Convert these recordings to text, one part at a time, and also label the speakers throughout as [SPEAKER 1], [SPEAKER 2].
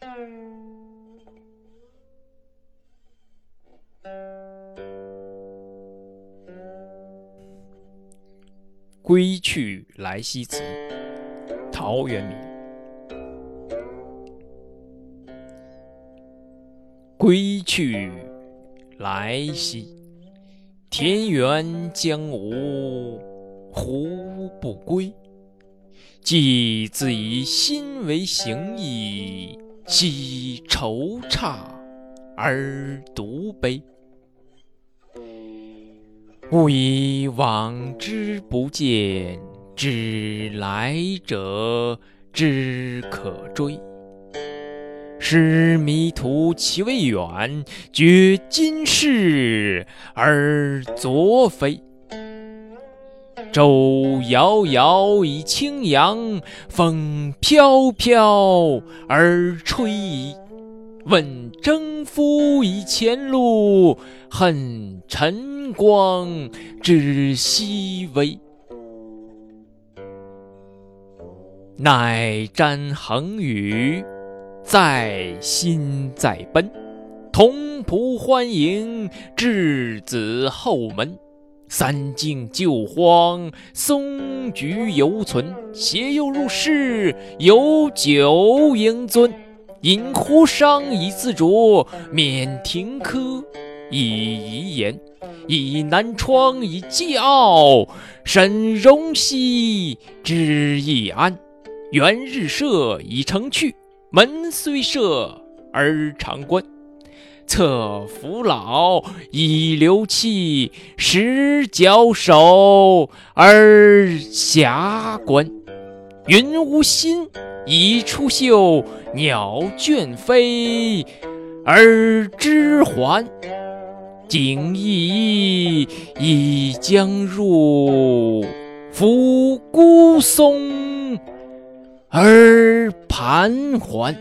[SPEAKER 1] 归去来兮辞，陶渊明。归去来兮，田园将芜胡不归？既自以心为形役，奚惆怅而独悲？吾以往之不谏，知来者之可追。使迷途其未远，觉今是而昨非。舟遥遥以轻扬，风飘飘而吹移。问征夫以前路，恨晨光之熹微。乃瞻衡宇，在心在奔。同仆欢迎，稚子后门。三径旧荒，松菊犹存。携幼入室，有酒盈樽。饮壶觞以自酌，免庭柯以遗言。以南窗以寄傲，审容兮之易安。原日射以成趣，门虽设而常关。侧扶老以流憩，实矫首而遐观。云无心以出岫，鸟倦飞而知还。景翳已将入，扶孤松而盘桓。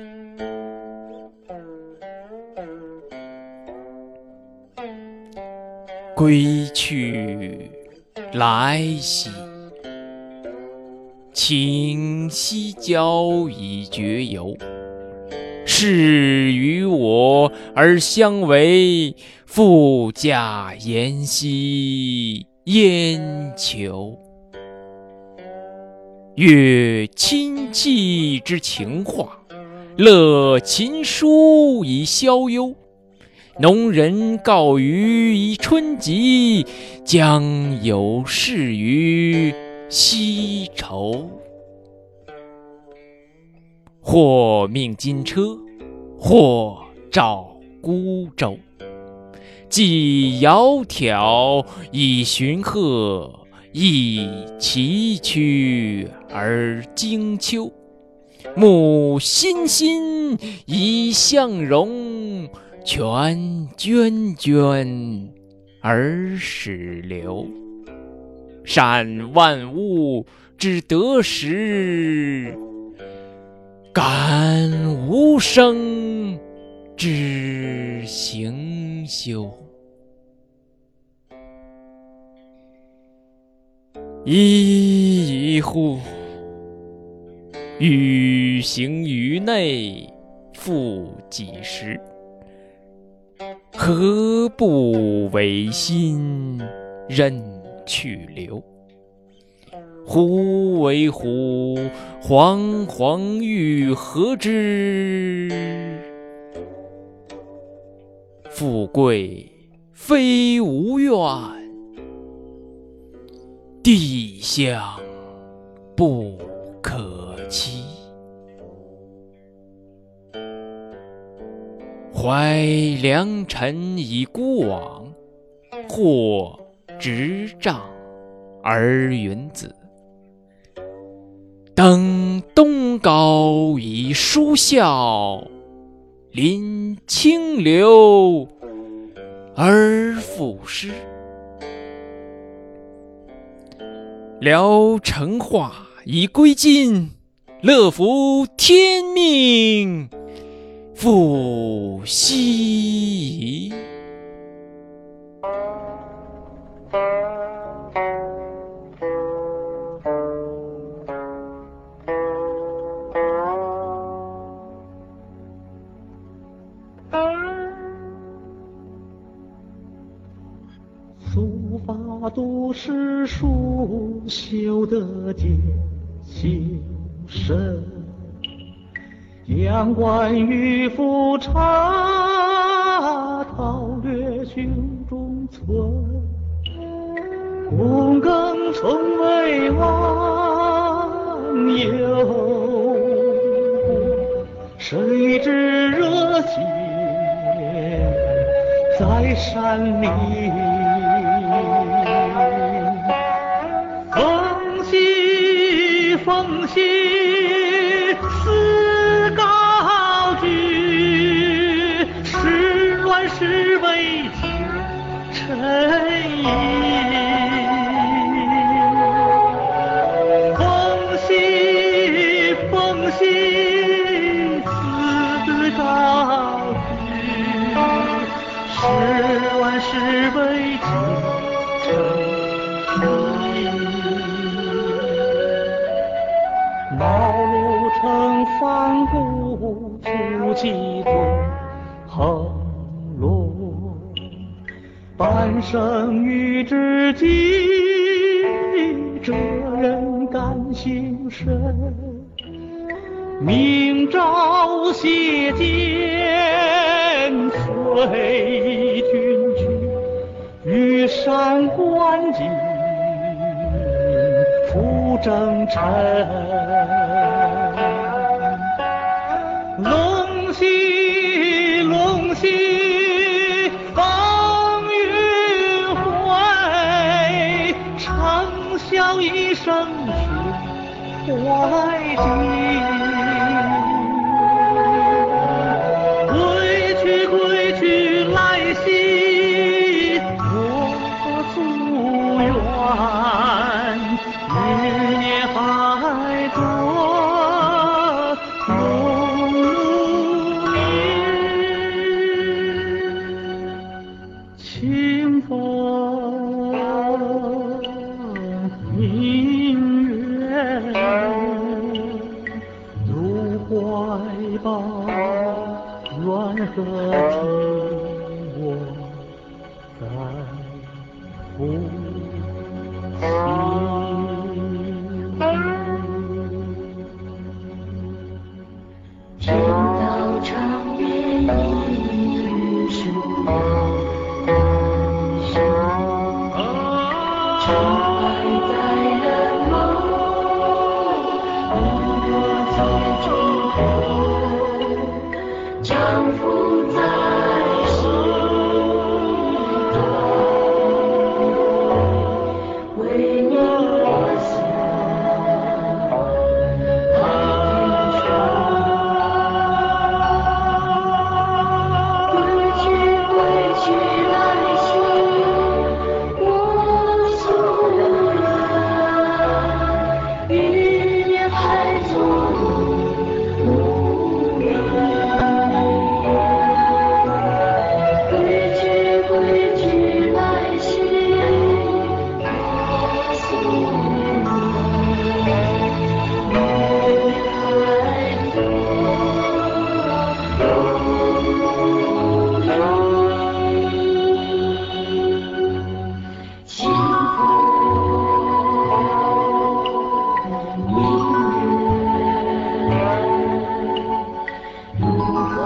[SPEAKER 1] 归去来兮，请西郊以绝游。是与我而相违，复驾言兮焉求？阅亲戚之情话，乐琴书以消忧。农人告余以春及，将有事于西畴。或命金车，或召孤舟。既窈窕以寻壑，亦崎岖而经丘。慕欣欣以向荣，泉涓涓而始流。善万物之得时，感无声之行休。一乎！欲行于内，复几时？何不违心，任去留？忽为乎，惶惶欲何之？富贵非吾愿，地相不可欺。怀良辰以孤往，或执杖而云子。登东皋以舒啸，临清流而赋诗。聊乘化以归尽，乐服天命复奚疑？
[SPEAKER 2] 都是书修的解修身，阳关渔夫茶，韬略胸中存。躬耕从未忘忧，谁知热血在山林。风息风息思高举，时乱时为情沉吟。风息风息思高举，时乱时为情沉吟。茅庐城翻古足迹中横落，半生与知己，这人感情深。明朝谢剑随君去，玉山关景复征尘。龙戏龙戏风云会，长啸一声去怀瑾。归去归去来兮我夙愿，余年还多永年。清风明月入怀抱，缘何听我在呼吸。
[SPEAKER 3] 天道长远一树长埋在人梦，一朵最重红，丈夫在心头，为你落下海天上。归去归去来兮我夙愿，余年还做无眠。归去归去来兮我夙愿，余年还做清风明月，如何